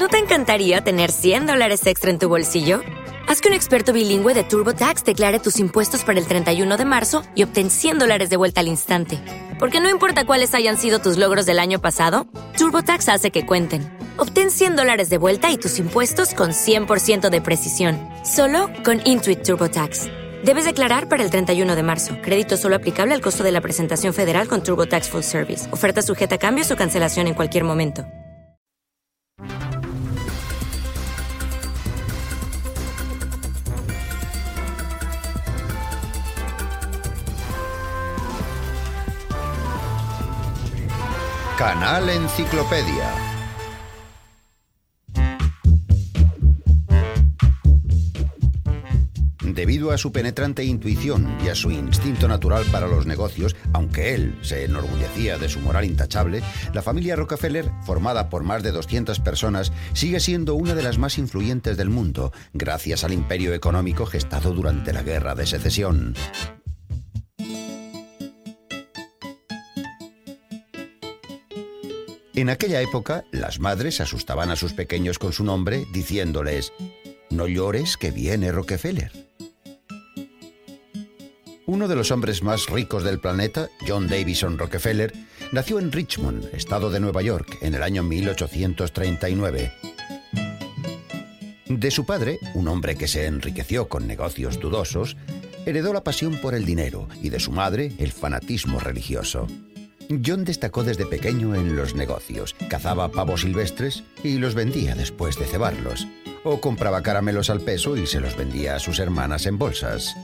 ¿No te encantaría tener $100 extra en tu bolsillo? Haz que un experto bilingüe de TurboTax declare tus impuestos para el 31 de marzo y obtén $100 de vuelta al instante. Porque no importa cuáles hayan sido tus logros del año pasado, TurboTax hace que cuenten. Obtén $100 de vuelta y tus impuestos con 100% de precisión. Solo con Intuit TurboTax. Debes declarar para el 31 de marzo. Crédito solo aplicable al costo de la presentación federal con TurboTax Full Service. Oferta sujeta a cambios o cancelación en cualquier momento. Canal Enciclopedia. Debido a su penetrante intuición y a su instinto natural para los negocios, aunque él se enorgullecía de su moral intachable, la familia Rockefeller, formada por más de 200 personas, sigue siendo una de las más influyentes del mundo, gracias al imperio económico gestado durante la Guerra de Secesión. En aquella época, las madres asustaban a sus pequeños con su nombre, diciéndoles: «No llores, que viene Rockefeller». Uno de los hombres más ricos del planeta, John Davison Rockefeller, nació en Richmond, estado de Nueva York, en el año 1839. De su padre, un hombre que se enriqueció con negocios dudosos, heredó la pasión por el dinero y de su madre el fanatismo religioso. John destacó desde pequeño en los negocios, cazaba pavos silvestres y los vendía después de cebarlos, o compraba caramelos al peso y se los vendía a sus hermanas en bolsas.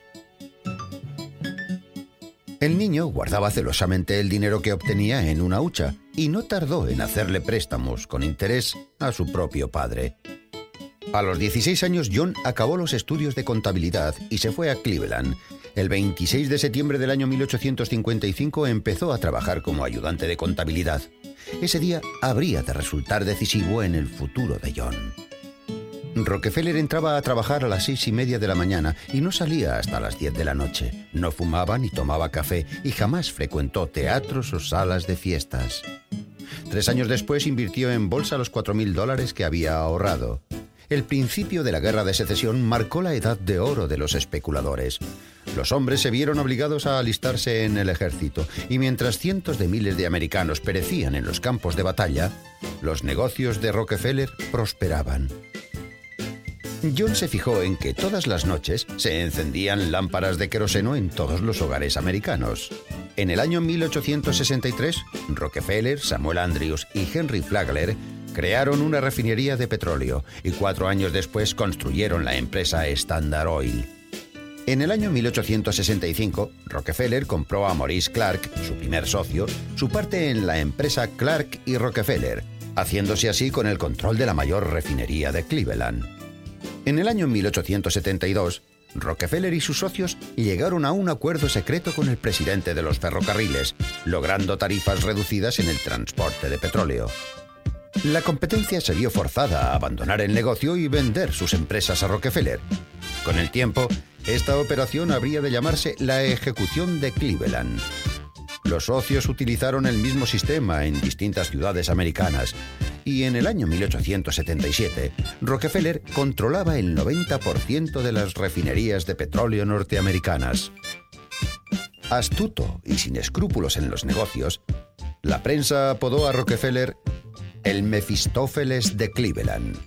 El niño guardaba celosamente el dinero que obtenía en una hucha y no tardó en hacerle préstamos con interés a su propio padre. A los 16 años, John acabó los estudios de contabilidad y se fue a Cleveland. El 26 de septiembre del año 1855 empezó a trabajar como ayudante de contabilidad. Ese día habría de resultar decisivo en el futuro de John. Rockefeller entraba a trabajar a las 6:30 de la mañana y no salía hasta las 10 de la noche. No fumaba ni tomaba café y jamás frecuentó teatros o salas de fiestas. 3 años después invirtió en bolsa los $4,000 que había ahorrado. El principio de la Guerra de Secesión marcó la edad de oro de los especuladores. Los hombres se vieron obligados a alistarse en el ejército y mientras cientos de miles de americanos perecían en los campos de batalla, los negocios de Rockefeller prosperaban. John se fijó en que todas las noches se encendían lámparas de queroseno en todos los hogares americanos. En el año 1863, Rockefeller, Samuel Andrews y Henry Flagler crearon una refinería de petróleo y 4 años después construyeron la empresa Standard Oil. En el año 1865, Rockefeller compró a Maurice Clark, su primer socio, su parte en la empresa Clark y Rockefeller, haciéndose así con el control de la mayor refinería de Cleveland. En el año 1872, Rockefeller y sus socios llegaron a un acuerdo secreto con el presidente de los ferrocarriles, logrando tarifas reducidas en el transporte de petróleo. La competencia se vio forzada a abandonar el negocio y vender sus empresas a Rockefeller. Con el tiempo, esta operación habría de llamarse la Ejecución de Cleveland. Los socios utilizaron el mismo sistema en distintas ciudades americanas y en el año 1877, Rockefeller controlaba el 90% de las refinerías de petróleo norteamericanas. Astuto y sin escrúpulos en los negocios, la prensa apodó a Rockefeller el Mefistófeles de Cleveland.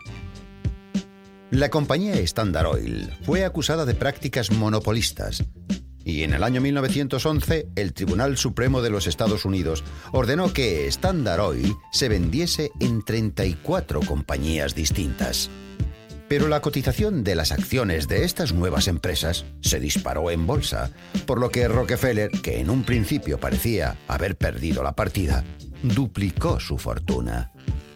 La compañía Standard Oil fue acusada de prácticas monopolistas y en el año 1911 el Tribunal Supremo de los Estados Unidos ordenó que Standard Oil se vendiese en 34 compañías distintas. Pero la cotización de las acciones de estas nuevas empresas se disparó en bolsa, por lo que Rockefeller, que en un principio parecía haber perdido la partida, duplicó su fortuna.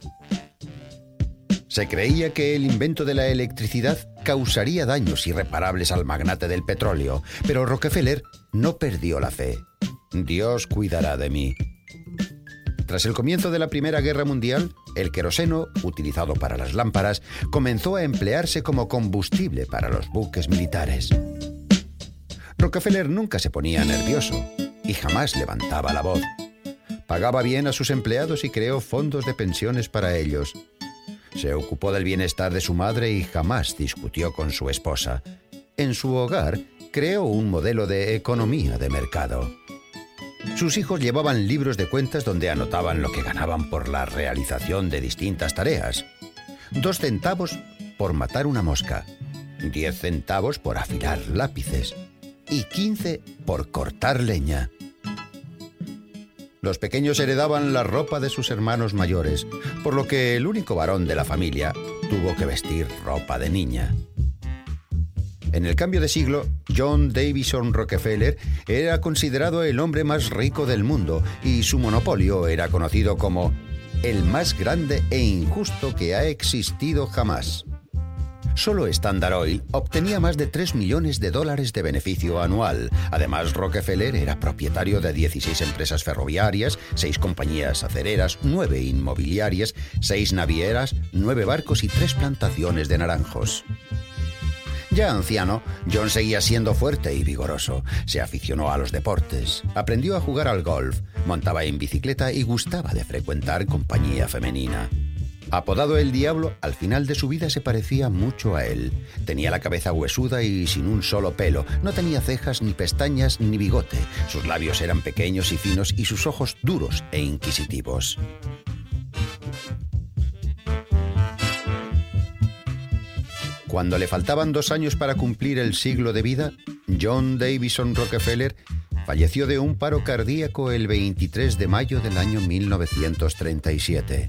Se creía que el invento de la electricidad causaría daños irreparables al magnate del petróleo, pero Rockefeller no perdió la fe. Dios cuidará de mí. Tras el comienzo de la Primera Guerra Mundial, el queroseno, utilizado para las lámparas, comenzó a emplearse como combustible para los buques militares. Rockefeller nunca se ponía nervioso y jamás levantaba la voz. Pagaba bien a sus empleados y creó fondos de pensiones para ellos. Se ocupó del bienestar de su madre y jamás discutió con su esposa. En su hogar, creó un modelo de economía de mercado. Sus hijos llevaban libros de cuentas donde anotaban lo que ganaban por la realización de distintas tareas. 2 centavos por matar una mosca, 10 centavos por afilar lápices y 15 por cortar leña. Los pequeños heredaban la ropa de sus hermanos mayores, por lo que el único varón de la familia tuvo que vestir ropa de niña. En el cambio de siglo, John Davison Rockefeller era considerado el hombre más rico del mundo y su monopolio era conocido como el más grande e injusto que ha existido jamás. Solo Standard Oil obtenía más de $3 millones de beneficio anual. Además, Rockefeller era propietario de 16 empresas ferroviarias, 6 compañías acereras, 9 inmobiliarias, 6 navieras, 9 barcos y 3 plantaciones de naranjos. Ya anciano, John seguía siendo fuerte y vigoroso. Se aficionó a los deportes, aprendió a jugar al golf, montaba en bicicleta y gustaba de frecuentar compañía femenina. Apodado el Diablo, al final de su vida se parecía mucho a él. Tenía la cabeza huesuda y sin un solo pelo. No tenía cejas, ni pestañas, ni bigote. Sus labios eran pequeños y finos y sus ojos duros e inquisitivos. Cuando le faltaban 2 años para cumplir el siglo de vida, John Davison Rockefeller falleció de un paro cardíaco el 23 de mayo del año 1937.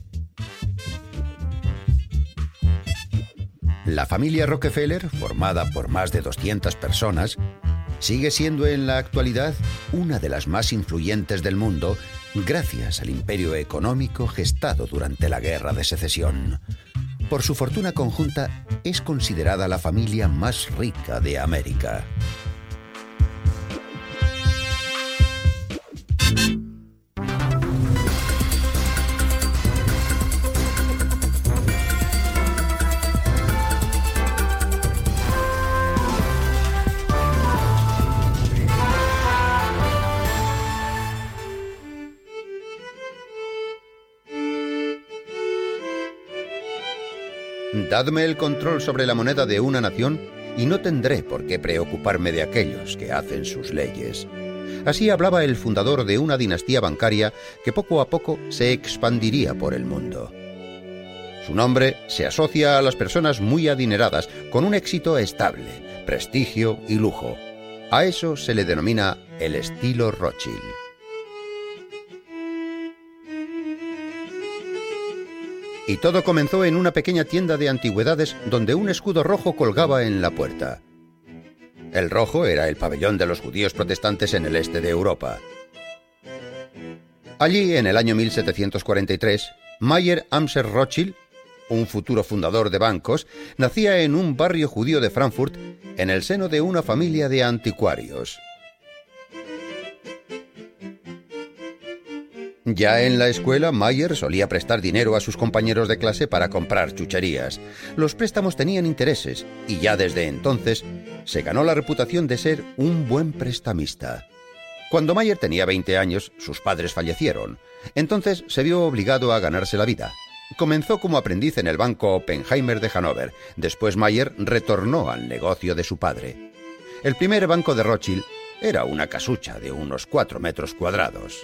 La familia Rockefeller, formada por más de 200 personas, sigue siendo en la actualidad una de las más influyentes del mundo gracias al imperio económico gestado durante la Guerra de Secesión. Por su fortuna conjunta, es considerada la familia más rica de América. Dadme el control sobre la moneda de una nación y no tendré por qué preocuparme de aquellos que hacen sus leyes. Así hablaba el fundador de una dinastía bancaria que poco a poco se expandiría por el mundo. Su nombre se asocia a las personas muy adineradas, con un éxito estable, prestigio y lujo. A eso se le denomina el estilo Rothschild. Y todo comenzó en una pequeña tienda de antigüedades donde un escudo rojo colgaba en la puerta. El rojo era el pabellón de los judíos protestantes en el este de Europa. Allí, en el año 1743, Mayer Amschel Rothschild, un futuro fundador de bancos, nacía en un barrio judío de Frankfurt en el seno de una familia de anticuarios. Ya en la escuela, Mayer solía prestar dinero a sus compañeros de clase para comprar chucherías. Los préstamos tenían intereses y ya desde entonces se ganó la reputación de ser un buen prestamista. Cuando Mayer tenía 20 años, sus padres fallecieron. Entonces se vio obligado a ganarse la vida. Comenzó como aprendiz en el banco Oppenheimer de Hannover. Después Mayer retornó al negocio de su padre. El primer banco de Rothschild era una casucha de unos 4 metros cuadrados.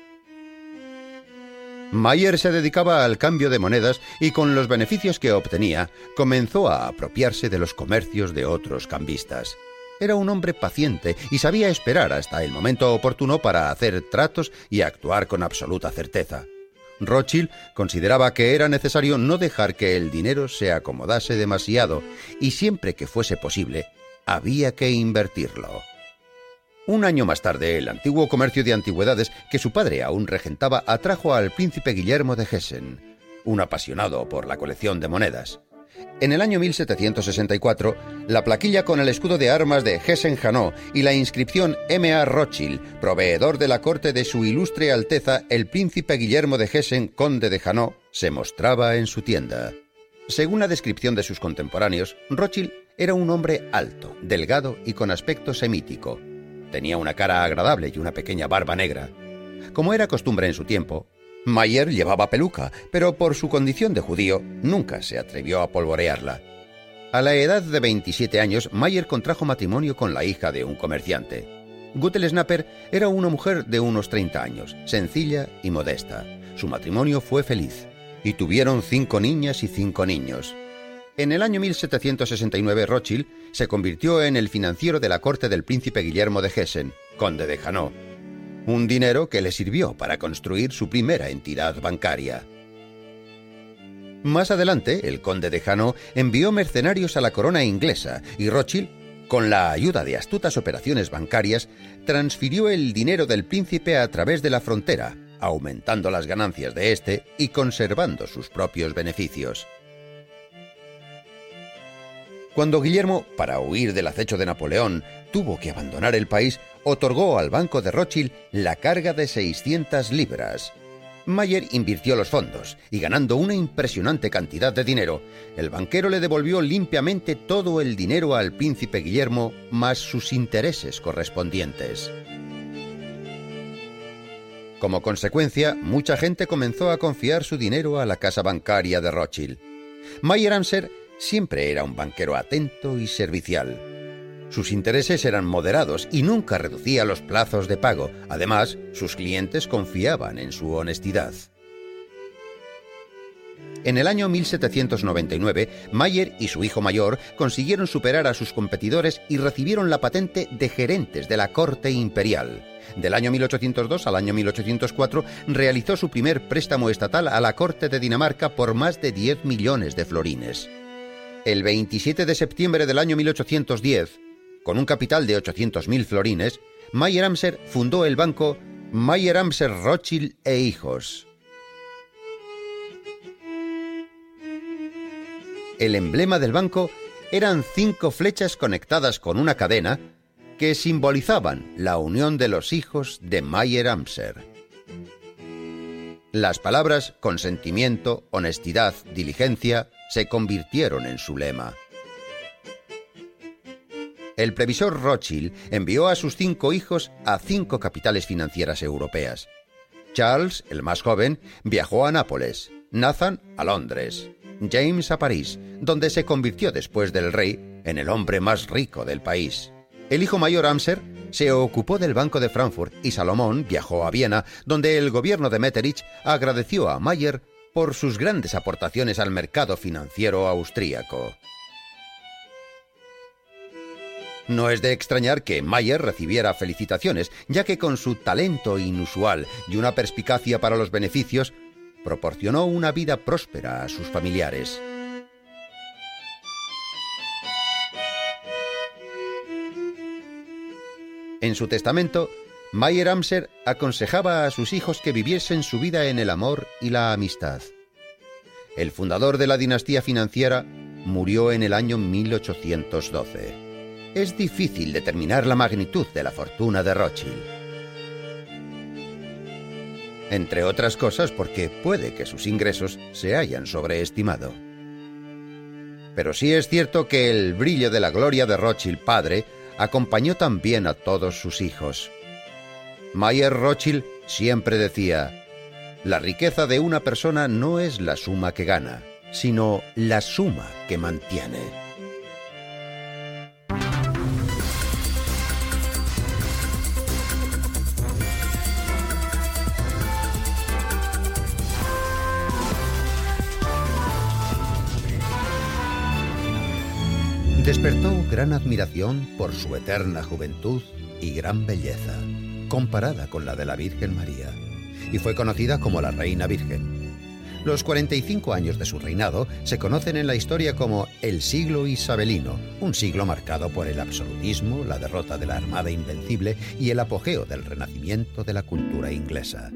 Mayer se dedicaba al cambio de monedas y con los beneficios que obtenía, comenzó a apropiarse de los comercios de otros cambistas. Era un hombre paciente y sabía esperar hasta el momento oportuno para hacer tratos y actuar con absoluta certeza. Rothschild consideraba que era necesario no dejar que el dinero se acomodase demasiado y siempre que fuese posible, había que invertirlo. Un año más tarde, el antiguo comercio de antigüedades que su padre aún regentaba atrajo al príncipe Guillermo de Hessen, un apasionado por la colección de monedas. En el año 1764, la plaquilla con el escudo de armas de Hessen-Hanau y la inscripción M.A. Rothschild, proveedor de la corte de su ilustre Alteza el príncipe Guillermo de Hessen, conde de Hanau, se mostraba en su tienda. Según la descripción de sus contemporáneos, Rothschild era un hombre alto, delgado y con aspecto semítico. Tenía una cara agradable y una pequeña barba negra. Como era costumbre en su tiempo, Mayer llevaba peluca, pero por su condición de judío nunca se atrevió a polvorearla. A la edad de 27 años, Mayer contrajo matrimonio con la hija de un comerciante. Gutel Snapper era una mujer de unos 30 años, sencilla y modesta. Su matrimonio fue feliz y tuvieron 5 niñas y 5 niños. En el año 1769, Rothschild se convirtió en el financiero de la corte del príncipe Guillermo de Hessen, conde de Hainaut. Un dinero que le sirvió para construir su primera entidad bancaria. Más adelante, el conde de Hainaut envió mercenarios a la corona inglesa y Rothschild, con la ayuda de astutas operaciones bancarias, transfirió el dinero del príncipe a través de la frontera, aumentando las ganancias de este y conservando sus propios beneficios. Cuando Guillermo, para huir del acecho de Napoleón, tuvo que abandonar el país, otorgó al banco de Rothschild la carga de 600 libras. Mayer invirtió los fondos y, ganando una impresionante cantidad de dinero, el banquero le devolvió limpiamente todo el dinero al príncipe Guillermo, más sus intereses correspondientes. Como consecuencia, mucha gente comenzó a confiar su dinero a la casa bancaria de Rothschild. Mayer Amser siempre era un banquero atento y servicial. Sus intereses eran moderados y nunca reducía los plazos de pago. Además, sus clientes confiaban en su honestidad. En el año 1799, Mayer y su hijo mayor consiguieron superar a sus competidores y recibieron la patente de gerentes de la corte imperial. Del año 1802 al año 1804 realizó su primer préstamo estatal a la corte de Dinamarca por más de 10 millones de florines. El 27 de septiembre del año 1810, con un capital de 800.000 florines, Mayer Amser fundó el banco Mayer Amser Rothschild e Hijos. El emblema del banco eran 5 flechas conectadas con una cadena que simbolizaban la unión de los hijos de Mayer Amser. Las palabras consentimiento, honestidad, diligencia se convirtieron en su lema. El previsor Rothschild envió a sus 5 hijos a 5 capitales financieras europeas. Charles, el más joven, viajó a Nápoles, Nathan a Londres, James a París, donde se convirtió después del rey en el hombre más rico del país. El hijo mayor Amser se ocupó del Banco de Frankfurt y Salomón viajó a Viena, donde el gobierno de Metternich agradeció a Mayer por sus grandes aportaciones al mercado financiero austríaco. No es de extrañar que Mayer recibiera felicitaciones, ya que con su talento inusual y una perspicacia para los beneficios, proporcionó una vida próspera a sus familiares. En su testamento, Mayer Amser aconsejaba a sus hijos que viviesen su vida en el amor y la amistad. El fundador de la dinastía financiera murió en el año 1812. Es difícil determinar la magnitud de la fortuna de Rothschild. Entre otras cosas porque puede que sus ingresos se hayan sobreestimado. Pero sí es cierto que el brillo de la gloria de Rothschild padre acompañó también a todos sus hijos. Mayer Rothschild siempre decía: la riqueza de una persona no es la suma que gana, sino la suma que mantiene. Despertó gran admiración por su eterna juventud y gran belleza, comparada con la de la Virgen María, y fue conocida como la Reina Virgen. Los 45 años de su reinado se conocen en la historia como el siglo isabelino, un siglo marcado por el absolutismo, la derrota de la Armada Invencible y el apogeo del renacimiento de la cultura inglesa.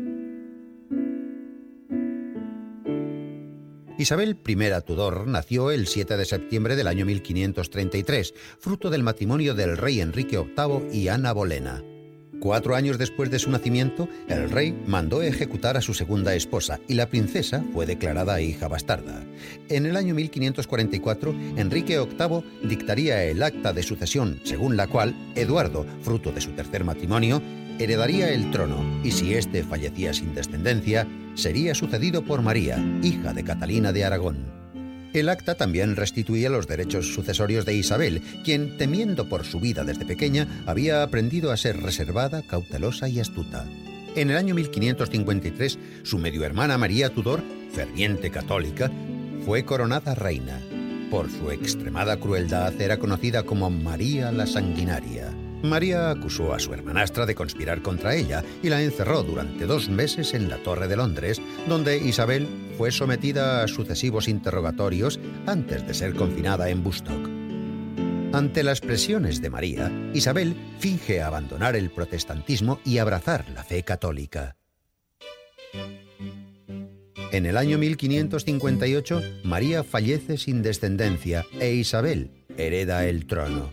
Isabel I Tudor nació el 7 de septiembre del año 1533, fruto del matrimonio del rey Enrique VIII y Ana Bolena. 4 años después de su nacimiento, el rey mandó ejecutar a su segunda esposa y la princesa fue declarada hija bastarda. En el año 1544, Enrique VIII dictaría el acta de sucesión, según la cual Eduardo, fruto de su tercer matrimonio, heredaría el trono y si éste fallecía sin descendencia, sería sucedido por María, hija de Catalina de Aragón. El acta también restituía los derechos sucesorios de Isabel, quien, temiendo por su vida desde pequeña, había aprendido a ser reservada, cautelosa y astuta. En el año 1553, su medio hermana María Tudor, ferviente católica, fue coronada reina. Por su extremada crueldad era conocida como María la Sanguinaria. María acusó a su hermanastra de conspirar contra ella y la encerró durante 2 meses en la Torre de Londres, donde Isabel fue sometida a sucesivos interrogatorios antes de ser confinada en Woodstock. Ante las presiones de María, Isabel finge abandonar el protestantismo y abrazar la fe católica. En el año 1558, María fallece sin descendencia e Isabel hereda el trono.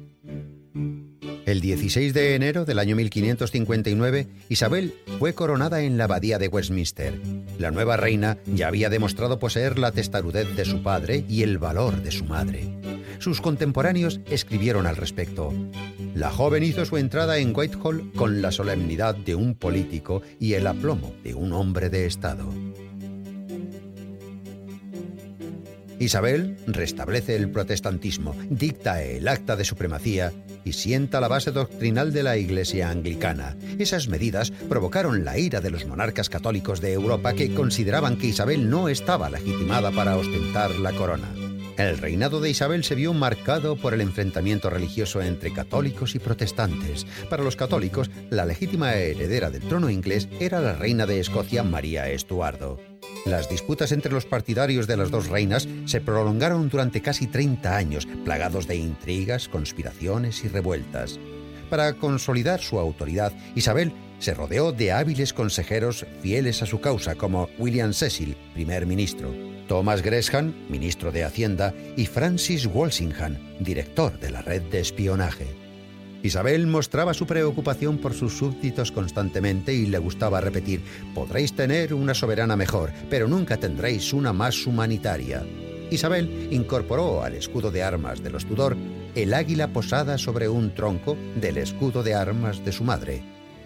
El 16 de enero del año 1559, Isabel fue coronada en la abadía de Westminster. La nueva reina ya había demostrado poseer la testarudez de su padre y el valor de su madre. Sus contemporáneos escribieron al respecto. La joven hizo su entrada en Whitehall con la solemnidad de un político y el aplomo de un hombre de Estado. Isabel restablece el protestantismo, dicta el acta de supremacía y sienta la base doctrinal de la Iglesia anglicana. Esas medidas provocaron la ira de los monarcas católicos de Europa que consideraban que Isabel no estaba legitimada para ostentar la corona. El reinado de Isabel se vio marcado por el enfrentamiento religioso entre católicos y protestantes. Para los católicos, la legítima heredera del trono inglés era la reina de Escocia, María Estuardo. Las disputas entre los partidarios de las dos reinas se prolongaron durante casi 30 años, plagados de intrigas, conspiraciones y revueltas. Para consolidar su autoridad, Isabel se rodeó de hábiles consejeros fieles a su causa, como William Cecil, primer ministro, Thomas Gresham, ministro de Hacienda, y Francis Walsingham, director de la red de espionaje. Isabel mostraba su preocupación por sus súbditos constantemente y le gustaba repetir: «Podréis tener una soberana mejor, pero nunca tendréis una más humanitaria». Isabel incorporó al escudo de armas de los Tudor el águila posada sobre un tronco del escudo de armas de su madre.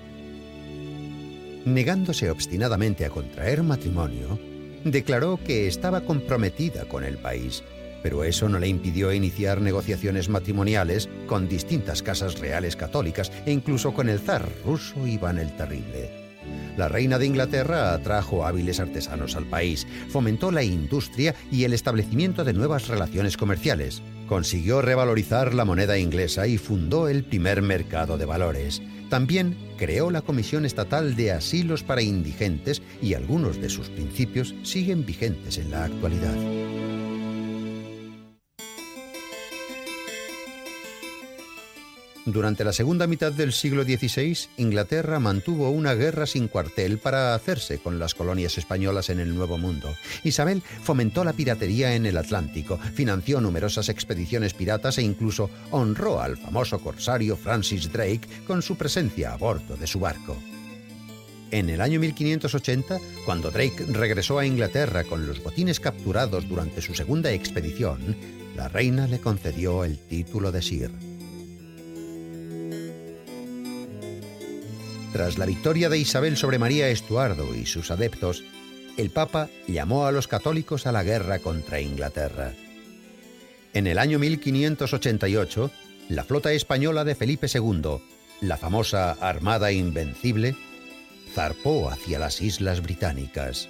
Negándose obstinadamente a contraer matrimonio, declaró que estaba comprometida con el país, pero eso no le impidió iniciar negociaciones matrimoniales con distintas casas reales católicas e incluso con el zar ruso Iván el Terrible. La reina de Inglaterra atrajo hábiles artesanos al país, fomentó la industria y el establecimiento de nuevas relaciones comerciales. Consiguió revalorizar la moneda inglesa y fundó el primer mercado de valores. También creó la Comisión Estatal de Asilos para Indigentes y algunos de sus principios siguen vigentes en la actualidad. Durante la segunda mitad del siglo XVI, Inglaterra mantuvo una guerra sin cuartel para hacerse con las colonias españolas en el Nuevo Mundo. Isabel fomentó la piratería en el Atlántico, financió numerosas expediciones piratas e incluso honró al famoso corsario Francis Drake con su presencia a bordo de su barco. En el año 1580, cuando Drake regresó a Inglaterra con los botines capturados durante su segunda expedición, la reina le concedió el título de Sir. Tras la victoria de Isabel sobre María Estuardo y sus adeptos, el Papa llamó a los católicos a la guerra contra Inglaterra. En el año 1588, la flota española de Felipe II, la famosa Armada Invencible, zarpó hacia las Islas Británicas.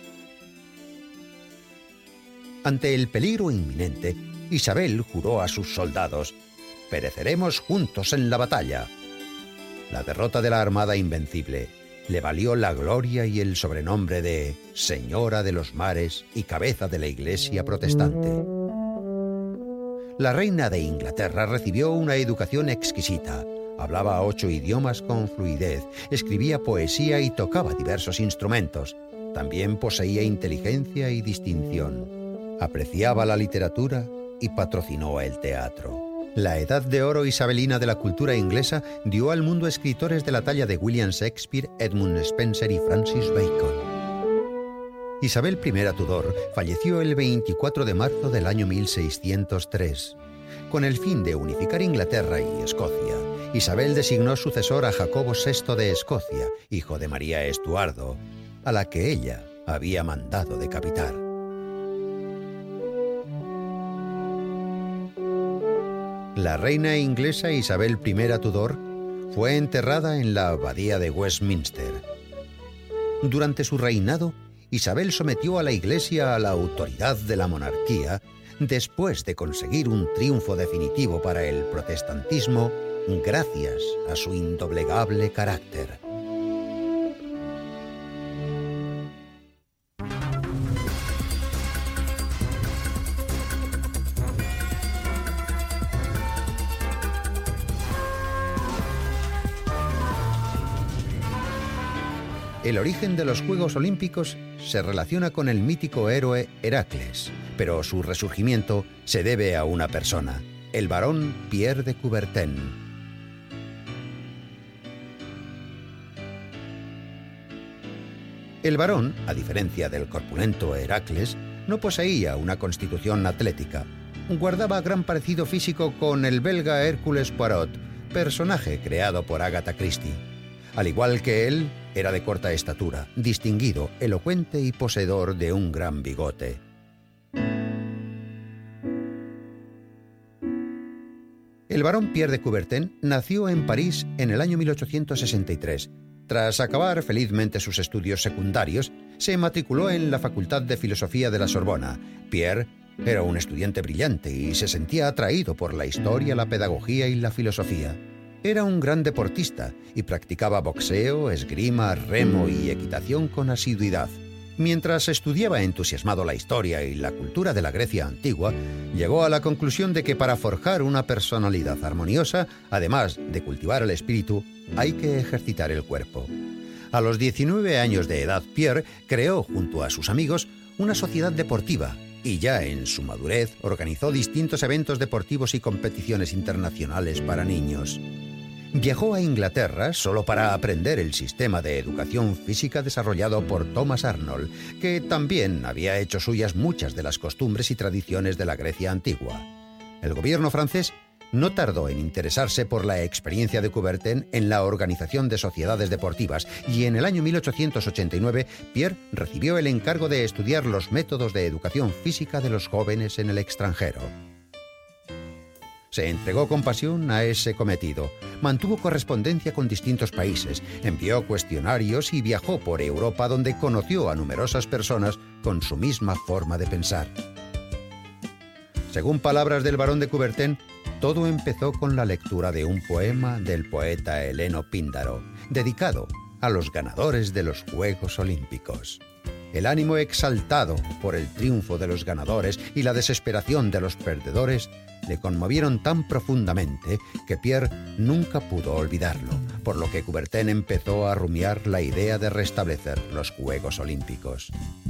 Ante el peligro inminente, Isabel juró a sus soldados: «Pereceremos juntos en la batalla». La derrota de la Armada Invencible le valió la gloria y el sobrenombre de Señora de los Mares y cabeza de la Iglesia protestante. La reina de Inglaterra recibió una educación exquisita. Hablaba 8 idiomas con fluidez, escribía poesía y tocaba diversos instrumentos. También poseía inteligencia y distinción. Apreciaba la literatura y patrocinó el teatro. La edad de oro isabelina de la cultura inglesa dio al mundo escritores de la talla de William Shakespeare, Edmund Spenser y Francis Bacon. Isabel I Tudor falleció el 24 de marzo del año 1603. Con el fin de unificar Inglaterra y Escocia, Isabel designó sucesor a Jacobo VI de Escocia, hijo de María Estuardo, a la que ella había mandado decapitar. La reina inglesa Isabel I Tudor fue enterrada en la abadía de Westminster. Durante su reinado, Isabel sometió a la Iglesia a la autoridad de la monarquía después de conseguir un triunfo definitivo para el protestantismo gracias a su indoblegable carácter. El origen de los Juegos Olímpicos se relaciona con el mítico héroe Heracles, pero su resurgimiento se debe a una persona, el barón Pierre de Coubertin. El barón, a diferencia del corpulento Heracles, no poseía una constitución atlética. Guardaba gran parecido físico con el belga Hércules Poirot, personaje creado por Agatha Christie. Al igual que él, era de corta estatura, distinguido, elocuente y poseedor de un gran bigote. El barón Pierre de Coubertin nació en París en el año 1863. Tras acabar felizmente sus estudios secundarios, se matriculó en la Facultad de Filosofía de la Sorbona. Pierre era un estudiante brillante y se sentía atraído por la historia, la pedagogía y la filosofía. Era un gran deportista y practicaba boxeo, esgrima, remo y equitación con asiduidad. Mientras estudiaba entusiasmado la historia y la cultura de la Grecia antigua, llegó a la conclusión de que para forjar una personalidad armoniosa, además de cultivar el espíritu, hay que ejercitar el cuerpo. A los 19 años de edad, Pierre creó, junto a sus amigos, una sociedad deportiva y ya en su madurez organizó distintos eventos deportivos y competiciones internacionales para niños. Viajó a Inglaterra solo para aprender el sistema de educación física desarrollado por Thomas Arnold, que también había hecho suyas muchas de las costumbres y tradiciones de la Grecia antigua. El gobierno francés no tardó en interesarse por la experiencia de Coubertin en la organización de sociedades deportivas y en el año 1889 Pierre recibió el encargo de estudiar los métodos de educación física de los jóvenes en el extranjero. Se entregó con pasión a ese cometido, mantuvo correspondencia con distintos países, envió cuestionarios y viajó por Europa donde conoció a numerosas personas con su misma forma de pensar. Según palabras del barón de Coubertin, todo empezó con la lectura de un poema del poeta Heleno Píndaro, dedicado a los ganadores de los Juegos Olímpicos. El ánimo exaltado por el triunfo de los ganadores y la desesperación de los perdedores le conmovieron tan profundamente que Pierre nunca pudo olvidarlo, por lo que Coubertin empezó a rumiar la idea de restablecer los Juegos Olímpicos.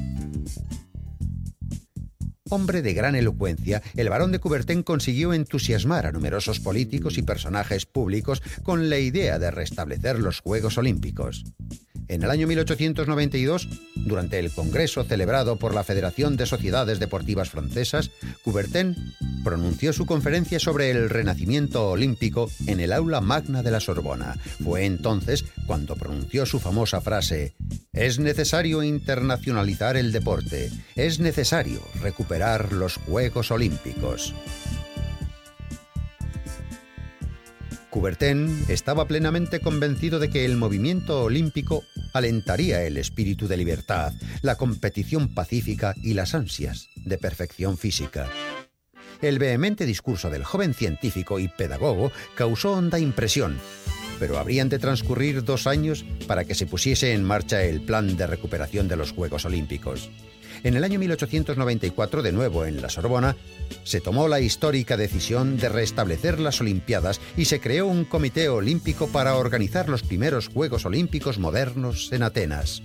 Hombre de gran elocuencia, el barón de Coubertin consiguió entusiasmar a numerosos políticos y personajes públicos con la idea de restablecer los Juegos Olímpicos. En el año 1892, durante el congreso celebrado por la Federación de Sociedades Deportivas Francesas, Coubertin pronunció su conferencia sobre el renacimiento olímpico en el aula magna de la Sorbona. Fue entonces cuando pronunció su famosa frase: «Es necesario internacionalizar el deporte, es necesario recuperar los Juegos Olímpicos». Coubertin estaba plenamente convencido de que el movimiento olímpico alentaría el espíritu de libertad, la competición pacífica y las ansias de perfección física. El vehemente discurso del joven científico y pedagogo causó honda impresión, pero habrían de transcurrir 2 años para que se pusiese en marcha el plan de recuperación de los Juegos Olímpicos. En el año 1894, de nuevo en la Sorbona, se tomó la histórica decisión de restablecer las Olimpiadas y se creó un comité olímpico para organizar los primeros Juegos Olímpicos modernos en Atenas.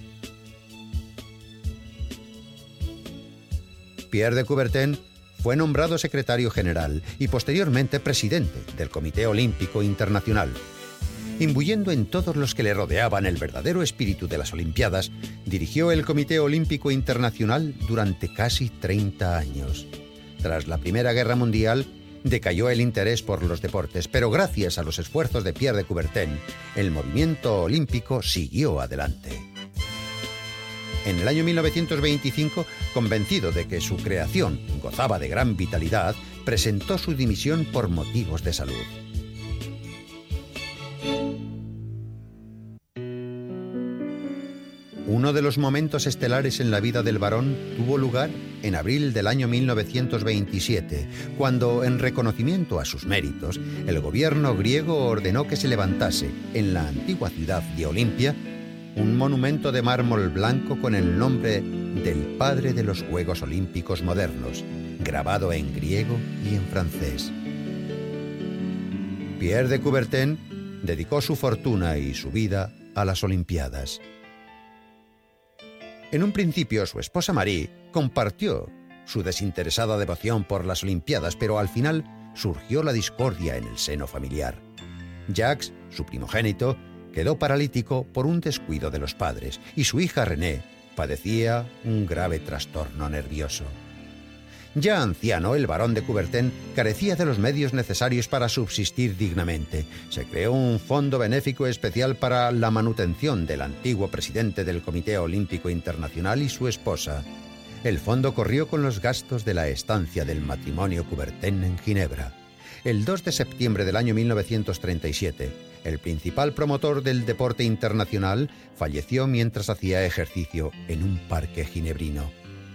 Pierre de Coubertin fue nombrado secretario general y posteriormente presidente del Comité Olímpico Internacional. Imbuyendo en todos los que le rodeaban el verdadero espíritu de las Olimpiadas, dirigió el Comité Olímpico Internacional durante casi 30 años. Tras la Primera Guerra Mundial, decayó el interés por los deportes, pero gracias a los esfuerzos de Pierre de Coubertin, el movimiento olímpico siguió adelante. En el año 1925, convencido de que su creación gozaba de gran vitalidad, presentó su dimisión por motivos de salud. Uno de los momentos estelares en la vida del barón tuvo lugar en abril del año 1927, cuando, en reconocimiento a sus méritos, el gobierno griego ordenó que se levantase, en la antigua ciudad de Olimpia, un monumento de mármol blanco con el nombre del padre de los Juegos Olímpicos modernos, grabado en griego y en francés. Pierre de Coubertin dedicó su fortuna y su vida a las Olimpiadas. En un principio, su esposa Marie compartió su desinteresada devoción por las Olimpiadas, pero al final surgió la discordia en el seno familiar. Jacques, su primogénito, quedó paralítico por un descuido de los padres y su hija Renée padecía un grave trastorno nervioso. Ya anciano, el barón de Coubertin carecía de los medios necesarios para subsistir dignamente. Se creó un fondo benéfico especial para la manutención del antiguo presidente del Comité Olímpico Internacional y su esposa. El fondo corrió con los gastos de la estancia del matrimonio Coubertin en Ginebra. El 2 de septiembre del año 1937, el principal promotor del deporte internacional falleció mientras hacía ejercicio en un parque ginebrino.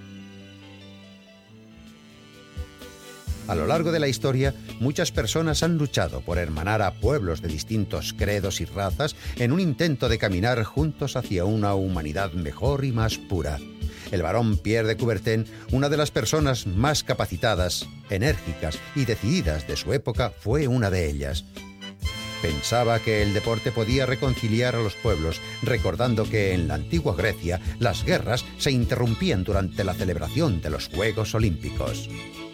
A lo largo de la historia, muchas personas han luchado por hermanar a pueblos de distintos credos y razas en un intento de caminar juntos hacia una humanidad mejor y más pura. El barón Pierre de Coubertin, una de las personas más capacitadas, enérgicas y decididas de su época, fue una de ellas. Pensaba que el deporte podía reconciliar a los pueblos, recordando que en la antigua Grecia las guerras se interrumpían durante la celebración de los Juegos Olímpicos.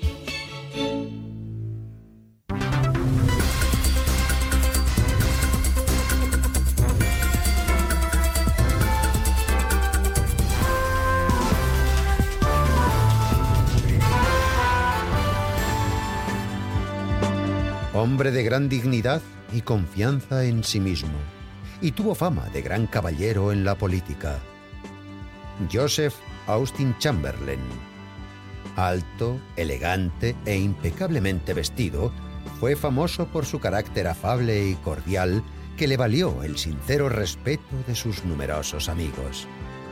Hombre de gran dignidad y confianza en sí mismo, y tuvo fama de gran caballero en la política. Joseph Austin Chamberlain. Alto, elegante e impecablemente vestido, fue famoso por su carácter afable y cordial que le valió el sincero respeto de sus numerosos amigos.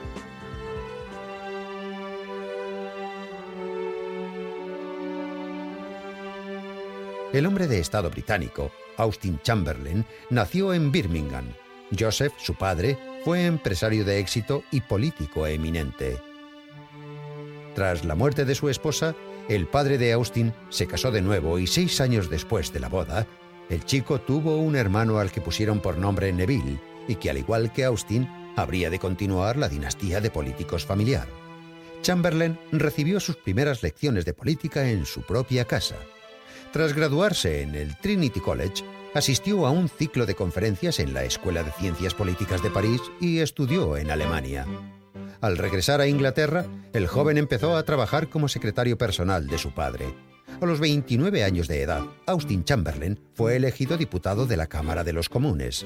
El hombre de Estado británico, Austin Chamberlain, nació en Birmingham. Joseph, su padre, fue empresario de éxito y político eminente. Tras la muerte de su esposa, el padre de Austin se casó de nuevo y 6 años después de la boda, el chico tuvo un hermano al que pusieron por nombre Neville y que, al igual que Austin, habría de continuar la dinastía de políticos familiar. Chamberlain recibió sus primeras lecciones de política en su propia casa. Tras graduarse en el Trinity College, asistió a un ciclo de conferencias en la Escuela de Ciencias Políticas de París y estudió en Alemania. Al regresar a Inglaterra, el joven empezó a trabajar como secretario personal de su padre. A los 29 años de edad, Austin Chamberlain fue elegido diputado de la Cámara de los Comunes.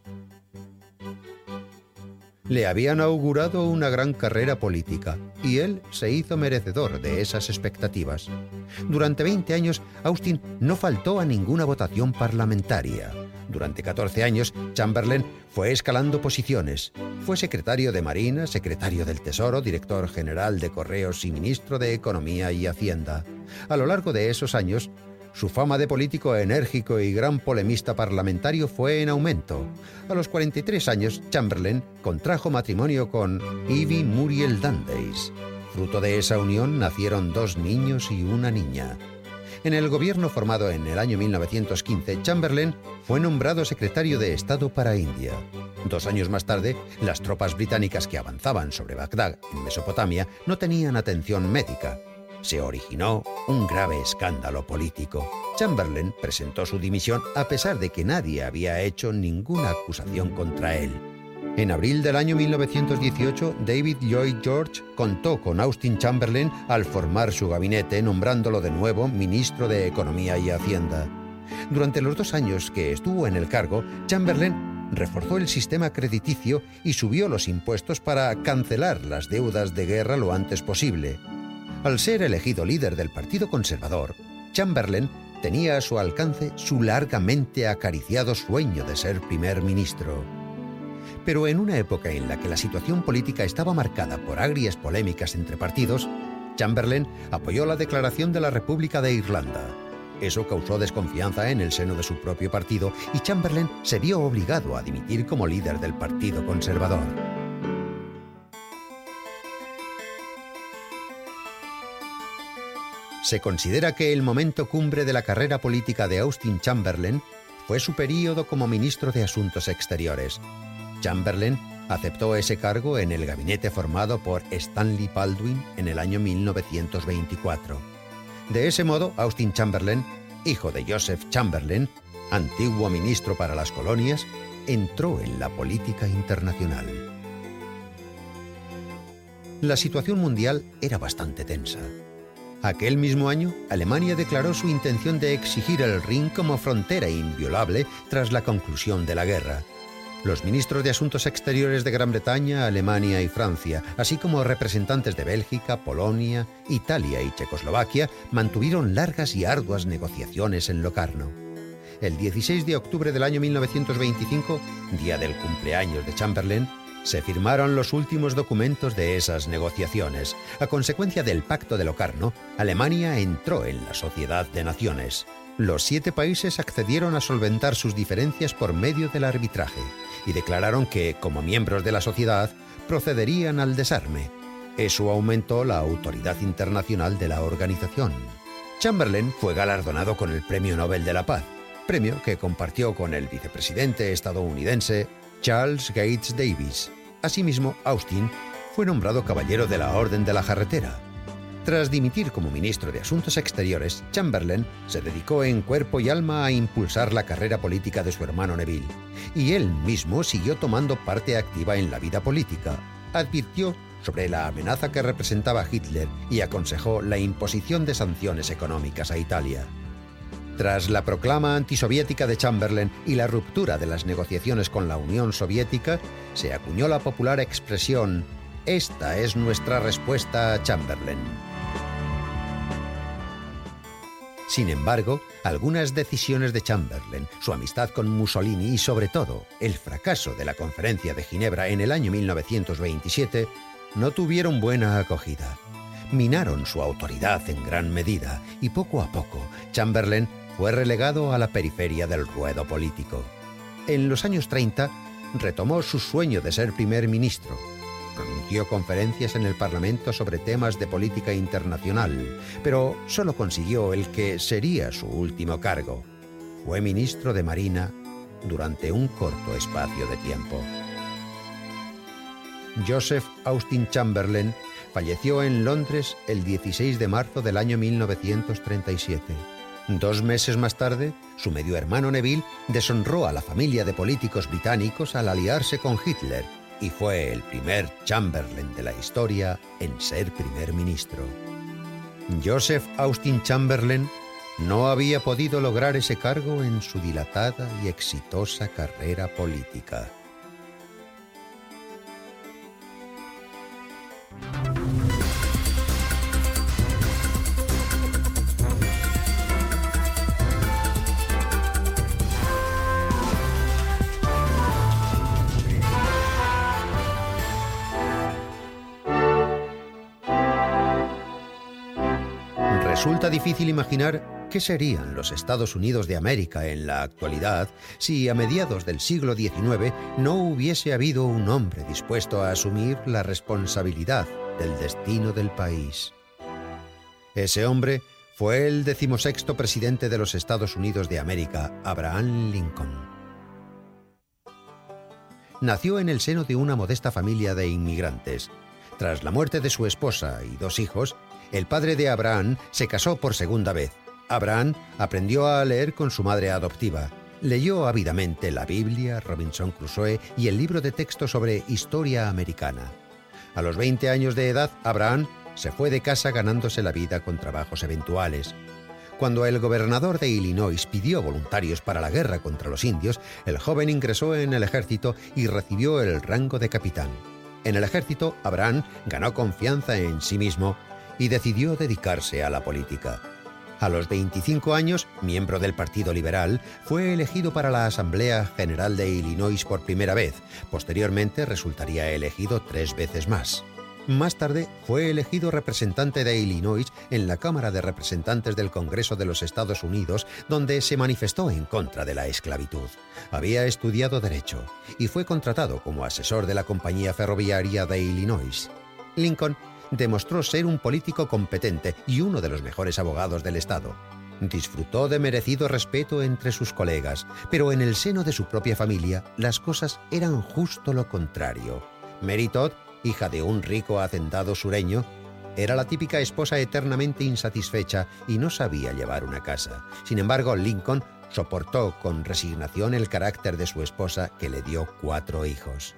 Le habían augurado una gran carrera política y él se hizo merecedor de esas expectativas. Durante 20 años, Austin no faltó a ninguna votación parlamentaria. Durante 14 años, Chamberlain fue escalando posiciones. Fue secretario de Marina, secretario del Tesoro, director general de Correos y ministro de Economía y Hacienda. A lo largo de esos años, su fama de político enérgico y gran polemista parlamentario fue en aumento. A los 43 años, Chamberlain contrajo matrimonio con Evie Muriel Dundas. Fruto de esa unión nacieron 2 niños y una niña. En el gobierno formado en el año 1915, Chamberlain fue nombrado secretario de Estado para India. 2 años más tarde, las tropas británicas que avanzaban sobre Bagdad, en Mesopotamia, no tenían atención médica. Se originó un grave escándalo político. Chamberlain presentó su dimisión a pesar de que nadie había hecho ninguna acusación contra él. En abril del año 1918, David Lloyd George contó con Austin Chamberlain al formar su gabinete, nombrándolo de nuevo ministro de Economía y Hacienda. Durante los 2 años que estuvo en el cargo, Chamberlain reforzó el sistema crediticio y subió los impuestos para cancelar las deudas de guerra lo antes posible. Al ser elegido líder del Partido Conservador, Chamberlain tenía a su alcance su largamente acariciado sueño de ser primer ministro. Pero en una época en la que la situación política estaba marcada por agrias polémicas entre partidos, Chamberlain apoyó la declaración de la República de Irlanda. Eso causó desconfianza en el seno de su propio partido y Chamberlain se vio obligado a dimitir como líder del Partido Conservador. Se considera que el momento cumbre de la carrera política de Austin Chamberlain fue su período como ministro de Asuntos Exteriores. Chamberlain aceptó ese cargo en el gabinete formado por Stanley Baldwin en el año 1924. De ese modo, Austin Chamberlain, hijo de Joseph Chamberlain, antiguo ministro para las colonias, entró en la política internacional. La situación mundial era bastante tensa. Aquel mismo año, Alemania declaró su intención de exigir el Rin como frontera inviolable tras la conclusión de la guerra. Los ministros de Asuntos Exteriores de Gran Bretaña, Alemania y Francia, así como representantes de Bélgica, Polonia, Italia y Checoslovaquia, mantuvieron largas y arduas negociaciones en Locarno. El 16 de octubre del año 1925, día del cumpleaños de Chamberlain, se firmaron los últimos documentos de esas negociaciones. A consecuencia del Pacto de Locarno, Alemania entró en la Sociedad de Naciones. Los 7 países accedieron a solventar sus diferencias por medio del arbitraje y declararon que, como miembros de la sociedad, procederían al desarme. Eso aumentó la autoridad internacional de la organización. Chamberlain fue galardonado con el Premio Nobel de la Paz, premio que compartió con el vicepresidente estadounidense Charles Gates Davis. Asimismo, Austin fue nombrado Caballero de la Orden de la Jarretera. Tras dimitir como ministro de Asuntos Exteriores, Chamberlain se dedicó en cuerpo y alma a impulsar la carrera política de su hermano Neville, y él mismo siguió tomando parte activa en la vida política. Advirtió sobre la amenaza que representaba Hitler y aconsejó la imposición de sanciones económicas a Italia. Tras la proclama antisoviética de Chamberlain y la ruptura de las negociaciones con la Unión Soviética, se acuñó la popular expresión «Esta es nuestra respuesta a Chamberlain». Sin embargo, algunas decisiones de Chamberlain, su amistad con Mussolini y, sobre todo, el fracaso de la Conferencia de Ginebra en el año 1927, no tuvieron buena acogida. Minaron su autoridad en gran medida y poco a poco Chamberlain fue relegado a la periferia del ruedo político. En los años 30 retomó su sueño de ser primer ministro. Pronunció conferencias en el Parlamento sobre temas de política internacional, pero solo consiguió el que sería su último cargo. Fue ministro de Marina durante un corto espacio de tiempo. Joseph Austin Chamberlain falleció en Londres el 16 de marzo del año 1937. 2 meses más tarde, su medio hermano Neville deshonró a la familia de políticos británicos al aliarse con Hitler y fue el primer Chamberlain de la historia en ser primer ministro. Joseph Austin Chamberlain no había podido lograr ese cargo en su dilatada y exitosa carrera política. Resulta difícil imaginar qué serían los Estados Unidos de América en la actualidad si a mediados del siglo XIX no hubiese habido un hombre dispuesto a asumir la responsabilidad del destino del país. Ese hombre fue el 16º presidente de los Estados Unidos de América, Abraham Lincoln. Nació en el seno de una modesta familia de inmigrantes. Tras la muerte de su esposa y 2 hijos, el padre de Abraham se casó por segunda vez. Abraham aprendió a leer con su madre adoptiva. Leyó ávidamente la Biblia, Robinson Crusoe y el libro de texto sobre historia americana. A los 20 años de edad, Abraham se fue de casa ganándose la vida con trabajos eventuales. Cuando el gobernador de Illinois pidió voluntarios para la guerra contra los indios, el joven ingresó en el ejército y recibió el rango de capitán. En el ejército, Abraham ganó confianza en sí mismo y decidió dedicarse a la política. A los 25 años, miembro del Partido Liberal, fue elegido para la Asamblea General de Illinois por primera vez. Posteriormente resultaría elegido 3 veces más. Más tarde fue elegido representante de Illinois en la Cámara de Representantes del Congreso de los Estados Unidos, donde se manifestó en contra de la esclavitud. Había estudiado Derecho y fue contratado como asesor de la compañía ferroviaria de Illinois. Lincoln demostró ser un político competente y uno de los mejores abogados del Estado. Disfrutó de merecido respeto entre sus colegas, pero en el seno de su propia familia las cosas eran justo lo contrario. Mary Todd, hija de un rico hacendado sureño, era la típica esposa eternamente insatisfecha y no sabía llevar una casa. Sin embargo, Lincoln soportó con resignación el carácter de su esposa, que le dio 4 hijos.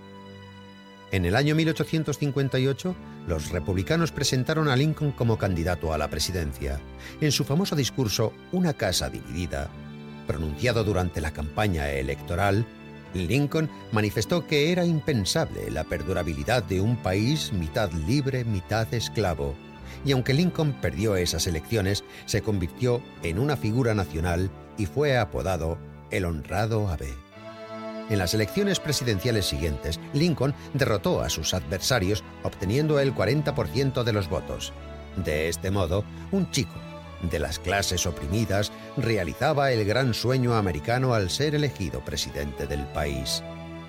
En el año 1858, los republicanos presentaron a Lincoln como candidato a la presidencia. En su famoso discurso, Una casa dividida, pronunciado durante la campaña electoral, Lincoln manifestó que era impensable la perdurabilidad de un país mitad libre, mitad esclavo. Y aunque Lincoln perdió esas elecciones, se convirtió en una figura nacional y fue apodado el honrado Abe. En las elecciones presidenciales siguientes, Lincoln derrotó a sus adversarios, obteniendo el 40% de los votos. De este modo, un chico de las clases oprimidas realizaba el gran sueño americano al ser elegido presidente del país.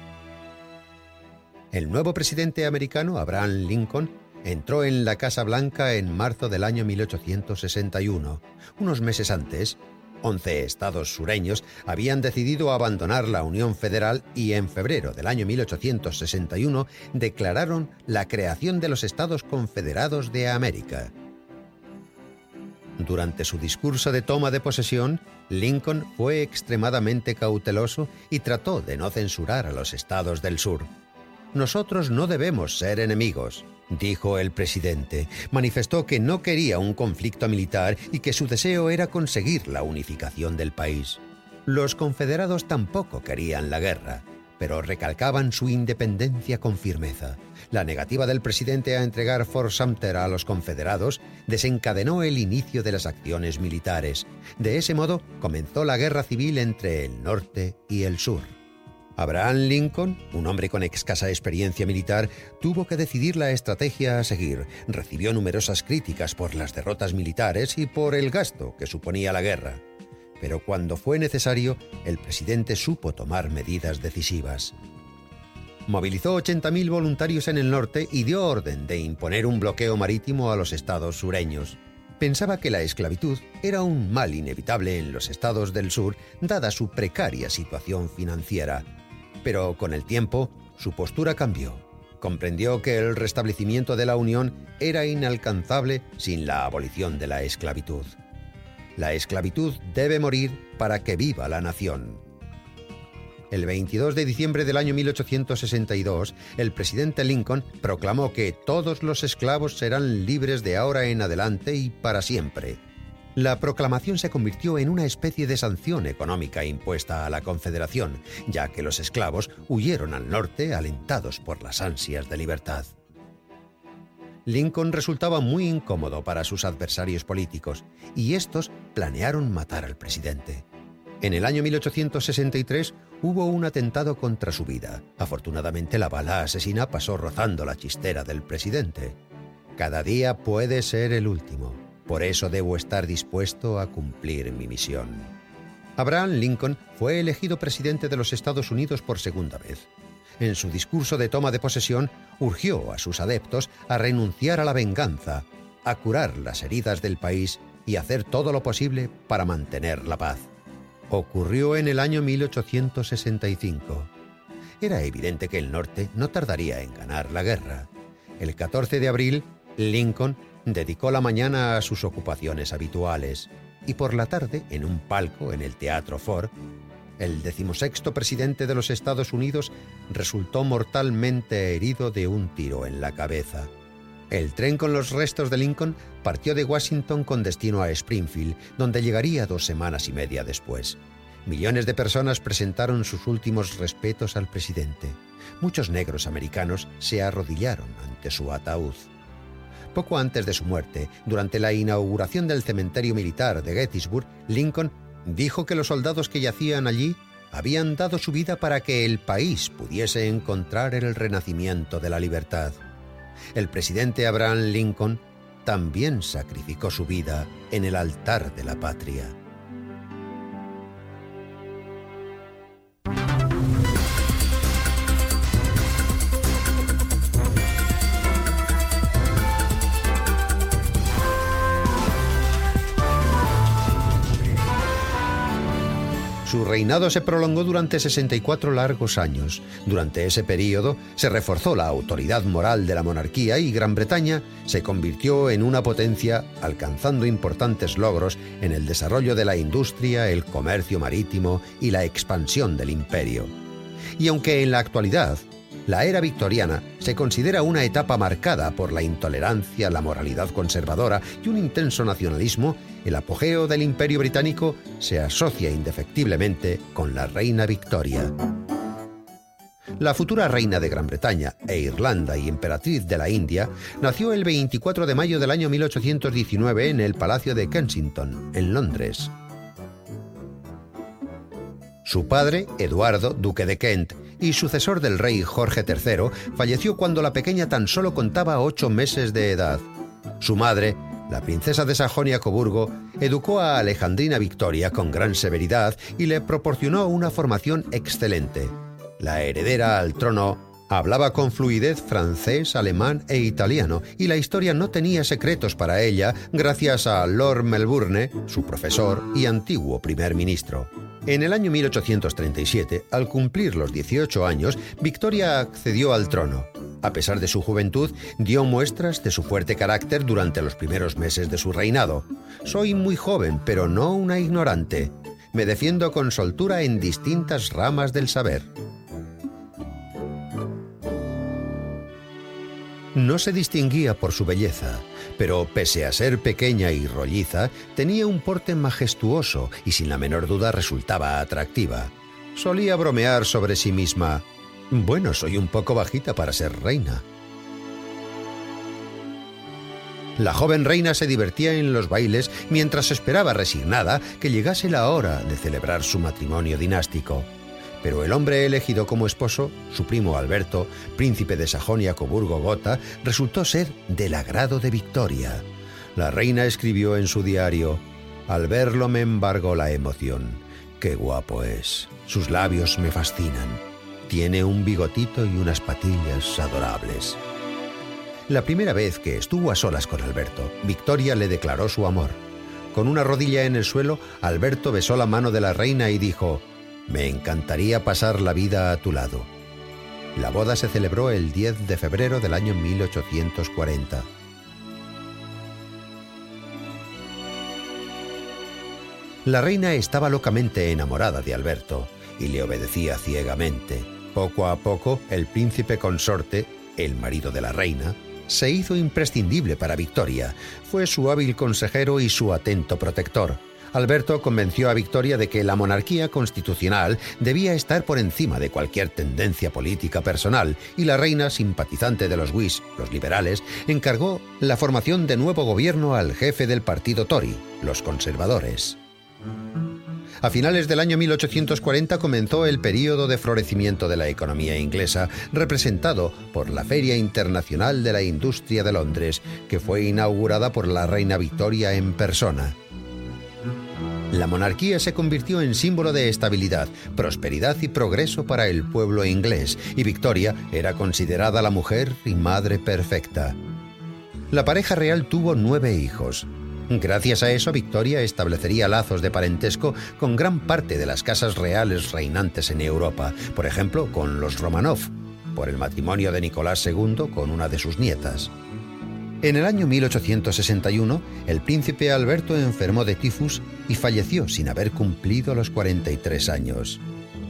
El nuevo presidente americano, Abraham Lincoln, entró en la Casa Blanca en marzo del año 1861. Unos meses antes, 11 estados sureños habían decidido abandonar la Unión Federal y en febrero del año 1861 declararon la creación de los Estados Confederados de América. Durante su discurso de toma de posesión, Lincoln fue extremadamente cauteloso y trató de no censurar a los estados del sur. «Nosotros no debemos ser enemigos», dijo el presidente. Manifestó que no quería un conflicto militar y que su deseo era conseguir la unificación del país. Los confederados tampoco querían la guerra, pero recalcaban su independencia con firmeza. La negativa del presidente a entregar Fort Sumter a los confederados desencadenó el inicio de las acciones militares. De ese modo comenzó la guerra civil entre el norte y el sur. Abraham Lincoln, un hombre con escasa experiencia militar, tuvo que decidir la estrategia a seguir. Recibió numerosas críticas por las derrotas militares y por el gasto que suponía la guerra. Pero cuando fue necesario, el presidente supo tomar medidas decisivas. Movilizó 80.000 voluntarios en el norte y dio orden de imponer un bloqueo marítimo a los estados sureños. Pensaba que la esclavitud era un mal inevitable en los estados del sur, dada su precaria situación financiera. Pero con el tiempo, su postura cambió. Comprendió que el restablecimiento de la Unión era inalcanzable sin la abolición de la esclavitud. La esclavitud debe morir para que viva la nación. El 22 de diciembre del año 1862, el presidente Lincoln proclamó que todos los esclavos serán libres de ahora en adelante y para siempre. La proclamación se convirtió en una especie de sanción económica impuesta a la Confederación, ya que los esclavos huyeron al norte alentados por las ansias de libertad. Lincoln resultaba muy incómodo para sus adversarios políticos, y estos planearon matar al presidente. En el año 1863 hubo un atentado contra su vida. Afortunadamente, la bala asesina pasó rozando la chistera del presidente. Cada día puede ser el último. Por eso debo estar dispuesto a cumplir mi misión. Abraham Lincoln fue elegido presidente de los Estados Unidos por segunda vez. En su discurso de toma de posesión, urgió a sus adeptos a renunciar a la venganza, a curar las heridas del país y hacer todo lo posible para mantener la paz. Ocurrió en el año 1865. Era evidente que el norte no tardaría en ganar la guerra. El 14 de abril, Lincoln dedicó la mañana a sus ocupaciones habituales y por la tarde, en un palco en el Teatro Ford, el 16º presidente de los Estados Unidos, resultó mortalmente herido de un tiro en la cabeza. El tren con los restos de Lincoln partió de Washington con destino a Springfield, donde llegaría 2 semanas y media después. Millones de personas presentaron sus últimos respetos al presidente. Muchos negros americanos se arrodillaron ante su ataúd. Poco antes de su muerte, durante la inauguración del cementerio militar de Gettysburg, Lincoln dijo que los soldados que yacían allí habían dado su vida para que el país pudiese encontrar el renacimiento de la libertad. El presidente Abraham Lincoln también sacrificó su vida en el altar de la patria. Su reinado se prolongó durante 64 largos años. Durante ese período se reforzó la autoridad moral de la monarquía y Gran Bretaña se convirtió en una potencia, alcanzando importantes logros en el desarrollo de la industria, el comercio marítimo y la expansión del imperio. Y aunque en la actualidad la era victoriana se considera una etapa marcada por la intolerancia, la moralidad conservadora y un intenso nacionalismo, el apogeo del Imperio Británico se asocia indefectiblemente con la reina Victoria. La futura reina de Gran Bretaña e Irlanda y emperatriz de la India nació el 24 de mayo del año 1819 en el Palacio de Kensington, en Londres. Su padre, Eduardo, duque de Kent, y sucesor del rey Jorge III, falleció cuando la pequeña tan solo contaba 8 meses de edad. Su madre, la princesa de Sajonia-Coburgo, educó a Alejandrina Victoria con gran severidad y le proporcionó una formación excelente. La heredera al trono hablaba con fluidez francés, alemán e italiano, y la historia no tenía secretos para ella gracias a Lord Melbourne, su profesor y antiguo primer ministro. En el año 1837, al cumplir los 18 años, Victoria accedió al trono. A pesar de su juventud, dio muestras de su fuerte carácter durante los primeros meses de su reinado. «Soy muy joven, pero no una ignorante. Me defiendo con soltura en distintas ramas del saber». No se distinguía por su belleza, pero pese a ser pequeña y rolliza, tenía un porte majestuoso y sin la menor duda resultaba atractiva. Solía bromear sobre sí misma: «Bueno, soy un poco bajita para ser reina». La joven reina se divertía en los bailes mientras esperaba resignada que llegase la hora de celebrar su matrimonio dinástico. Pero el hombre elegido como esposo, su primo Alberto, príncipe de Sajonia-Coburgo-Gotha, resultó ser del agrado de Victoria. La reina escribió en su diario: «Al verlo me embargó la emoción. Qué guapo es. Sus labios me fascinan. Tiene un bigotito y unas patillas adorables». La primera vez que estuvo a solas con Alberto, Victoria le declaró su amor. Con una rodilla en el suelo, Alberto besó la mano de la reina y dijo: «Me encantaría pasar la vida a tu lado». La boda se celebró el 10 de febrero del año 1840. La reina estaba locamente enamorada de Alberto y le obedecía ciegamente. Poco a poco, el príncipe consorte, el marido de la reina, se hizo imprescindible para Victoria. Fue su hábil consejero y su atento protector. Alberto convenció a Victoria de que la monarquía constitucional debía estar por encima de cualquier tendencia política personal, y la reina, simpatizante de los Whigs, los liberales, encargó la formación de nuevo gobierno al jefe del partido Tory, los conservadores. A finales del año 1840 comenzó el período de florecimiento de la economía inglesa, representado por la Feria Internacional de la Industria de Londres, que fue inaugurada por la reina Victoria en persona. La monarquía se convirtió en símbolo de estabilidad, prosperidad y progreso para el pueblo inglés, y Victoria era considerada la mujer y madre perfecta. La pareja real tuvo 9 hijos. Gracias a eso, Victoria establecería lazos de parentesco con gran parte de las casas reales reinantes en Europa, por ejemplo, con los Románov, por el matrimonio de Nicolás II con una de sus nietas. En el año 1861, el príncipe Alberto enfermó de tifus y falleció sin haber cumplido los 43 años.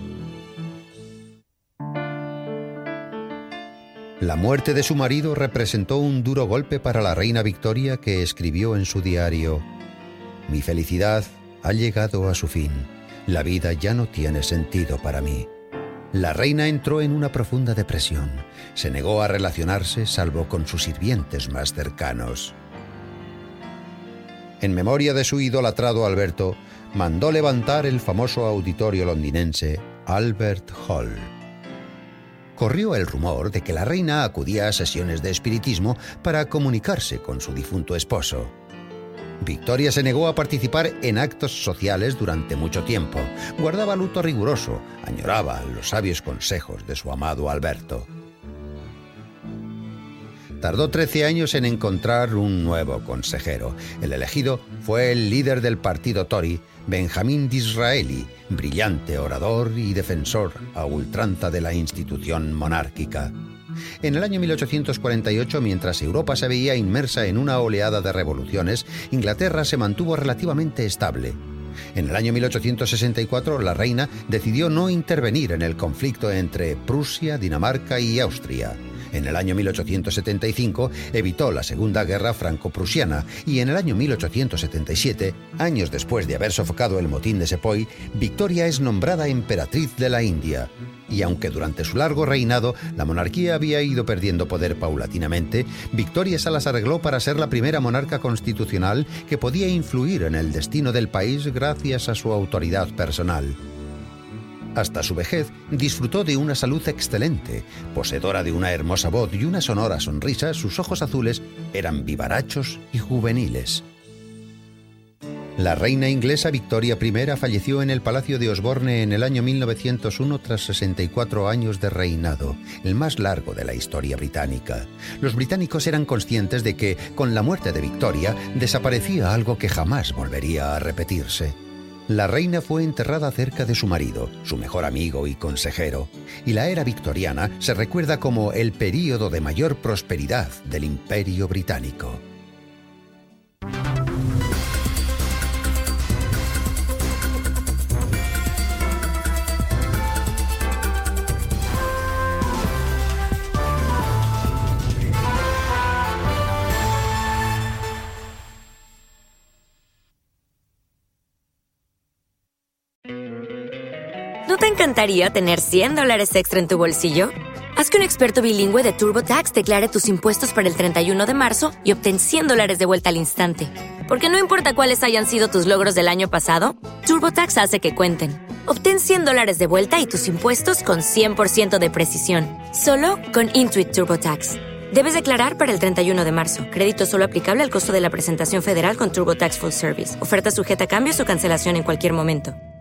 La muerte de su marido representó un duro golpe para la reina Victoria, que escribió en su diario: «Mi felicidad ha llegado a su fin. La vida ya no tiene sentido para mí». La reina entró en una profunda depresión. Se negó a relacionarse salvo con sus sirvientes más cercanos. En memoria de su idolatrado Alberto, mandó levantar el famoso auditorio londinense Albert Hall. Corrió el rumor de que la reina acudía a sesiones de espiritismo para comunicarse con su difunto esposo. Victoria se negó a participar en actos sociales durante mucho tiempo. Guardaba luto riguroso, añoraba los sabios consejos de su amado Alberto. Tardó 13 años en encontrar un nuevo consejero. El elegido fue el líder del partido Tory, Benjamin Disraeli, brillante orador y defensor a ultranza de la institución monárquica. En el año 1848, mientras Europa se veía inmersa en una oleada de revoluciones, Inglaterra se mantuvo relativamente estable. En el año 1864, la reina decidió no intervenir en el conflicto entre Prusia, Dinamarca y Austria. En el año 1875 evitó la Segunda Guerra Franco-Prusiana y en el año 1877, años después de haber sofocado el motín de Sepoy, Victoria es nombrada emperatriz de la India. Y aunque durante su largo reinado la monarquía había ido perdiendo poder paulatinamente, Victoria se las arregló para ser la primera monarca constitucional que podía influir en el destino del país gracias a su autoridad personal. Hasta su vejez disfrutó de una salud excelente. Poseedora de una hermosa voz y una sonora sonrisa, sus ojos azules eran vivarachos y juveniles. La reina inglesa Victoria I falleció en el Palacio de Osborne en el año 1901 tras 64 años de reinado, el más largo de la historia británica. Los británicos eran conscientes de que, con la muerte de Victoria, desaparecía algo que jamás volvería a repetirse. La reina fue enterrada cerca de su marido, su mejor amigo y consejero, y la era victoriana se recuerda como el período de mayor prosperidad del Imperio Británico. ¿No te encantaría tener $100 extra en tu bolsillo? Haz que un experto bilingüe de TurboTax declare tus impuestos para el 31 de marzo y obtén $100 de vuelta al instante. Porque no importa cuáles hayan sido tus logros del año pasado, TurboTax hace que cuenten. Obtén $100 de vuelta y tus impuestos con 100% de precisión. Solo con Intuit TurboTax. Debes declarar para el 31 de marzo. Crédito solo aplicable al costo de la presentación federal con TurboTax Full Service. Oferta sujeta a cambios o cancelación en cualquier momento.